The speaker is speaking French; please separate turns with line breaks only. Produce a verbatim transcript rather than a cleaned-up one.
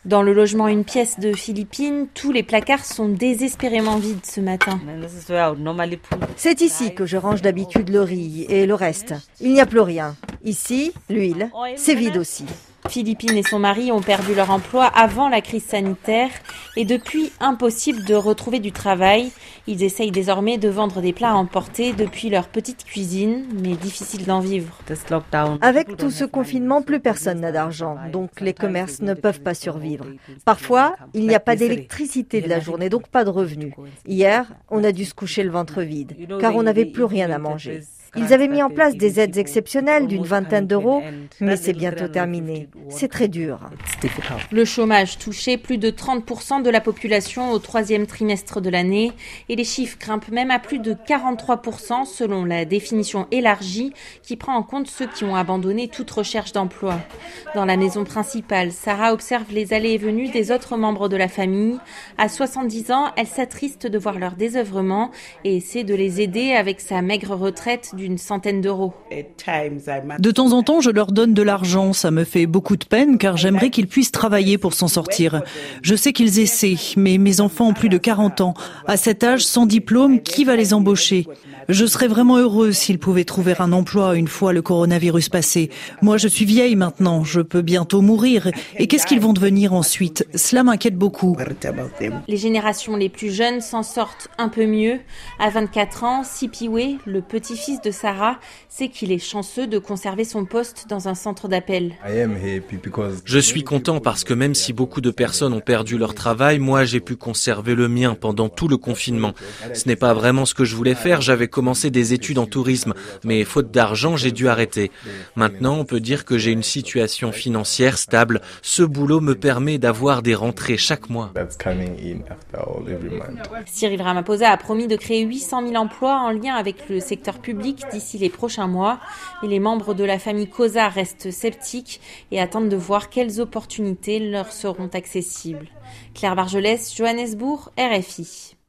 Dans le logement une pièce de Philippines, tous les placards sont désespérément vides ce matin.
C'est ici que je range d'habitude le riz et le reste. Il n'y a plus rien. Ici, l'huile, c'est vide aussi.
Philippine et son mari ont perdu leur emploi avant la crise sanitaire et depuis, impossible de retrouver du travail. Ils essayent désormais de vendre des plats à emporter depuis leur petite cuisine, mais difficile d'en vivre.
Avec tout ce confinement, plus personne n'a d'argent, donc les commerces ne peuvent pas survivre. Parfois, il n'y a pas d'électricité de la journée, donc pas de revenus. Hier, on a dû se coucher le ventre vide, car on n'avait plus rien à manger. Ils avaient mis en place des aides exceptionnelles d'une vingtaine d'euros, mais c'est bientôt terminé. C'est très dur.
Le chômage touchait plus de trente pour cent de la population au troisième trimestre de l'année et les chiffres grimpent même à plus de quarante-trois pour cent selon la définition élargie qui prend en compte ceux qui ont abandonné toute recherche d'emploi. Dans la maison principale, Sarah observe les allées et venues des autres membres de la famille. À soixante-dix ans, elle s'attriste de voir leur désœuvrement et essaie de les aider avec sa maigre retraite du une centaine d'euros.
De temps en temps, je leur donne de l'argent. Ça me fait beaucoup de peine car j'aimerais qu'ils puissent travailler pour s'en sortir. Je sais qu'ils essaient, mais mes enfants ont plus de quarante ans. À cet âge, sans diplôme, qui va les embaucher ? Je serais vraiment heureuse s'ils pouvaient trouver un emploi une fois le coronavirus passé. Moi, je suis vieille maintenant, je peux bientôt mourir. Et qu'est-ce qu'ils vont devenir ensuite ? Cela m'inquiète beaucoup.
Les générations les plus jeunes s'en sortent un peu mieux. À vingt-quatre ans, Sipiwe, le petit-fils de Sarah, sait qu'il est chanceux de conserver son poste dans un centre d'appel.
Je suis content parce que même si beaucoup de personnes ont perdu leur travail, moi j'ai pu conserver le mien pendant tout le confinement. Ce n'est pas vraiment ce que je voulais faire, j'avais commencé des études en tourisme, mais faute d'argent, j'ai dû arrêter. Maintenant, on peut dire que j'ai une situation financière stable. Ce boulot me permet d'avoir des rentrées chaque mois.
Cyril Ramaphosa a promis de créer huit cent mille emplois en lien avec le secteur public d'ici les prochains mois. Mais les membres de la famille Koza restent sceptiques et attendent de voir quelles opportunités leur seront accessibles. Claire Bargelès, Johannesburg, R F I.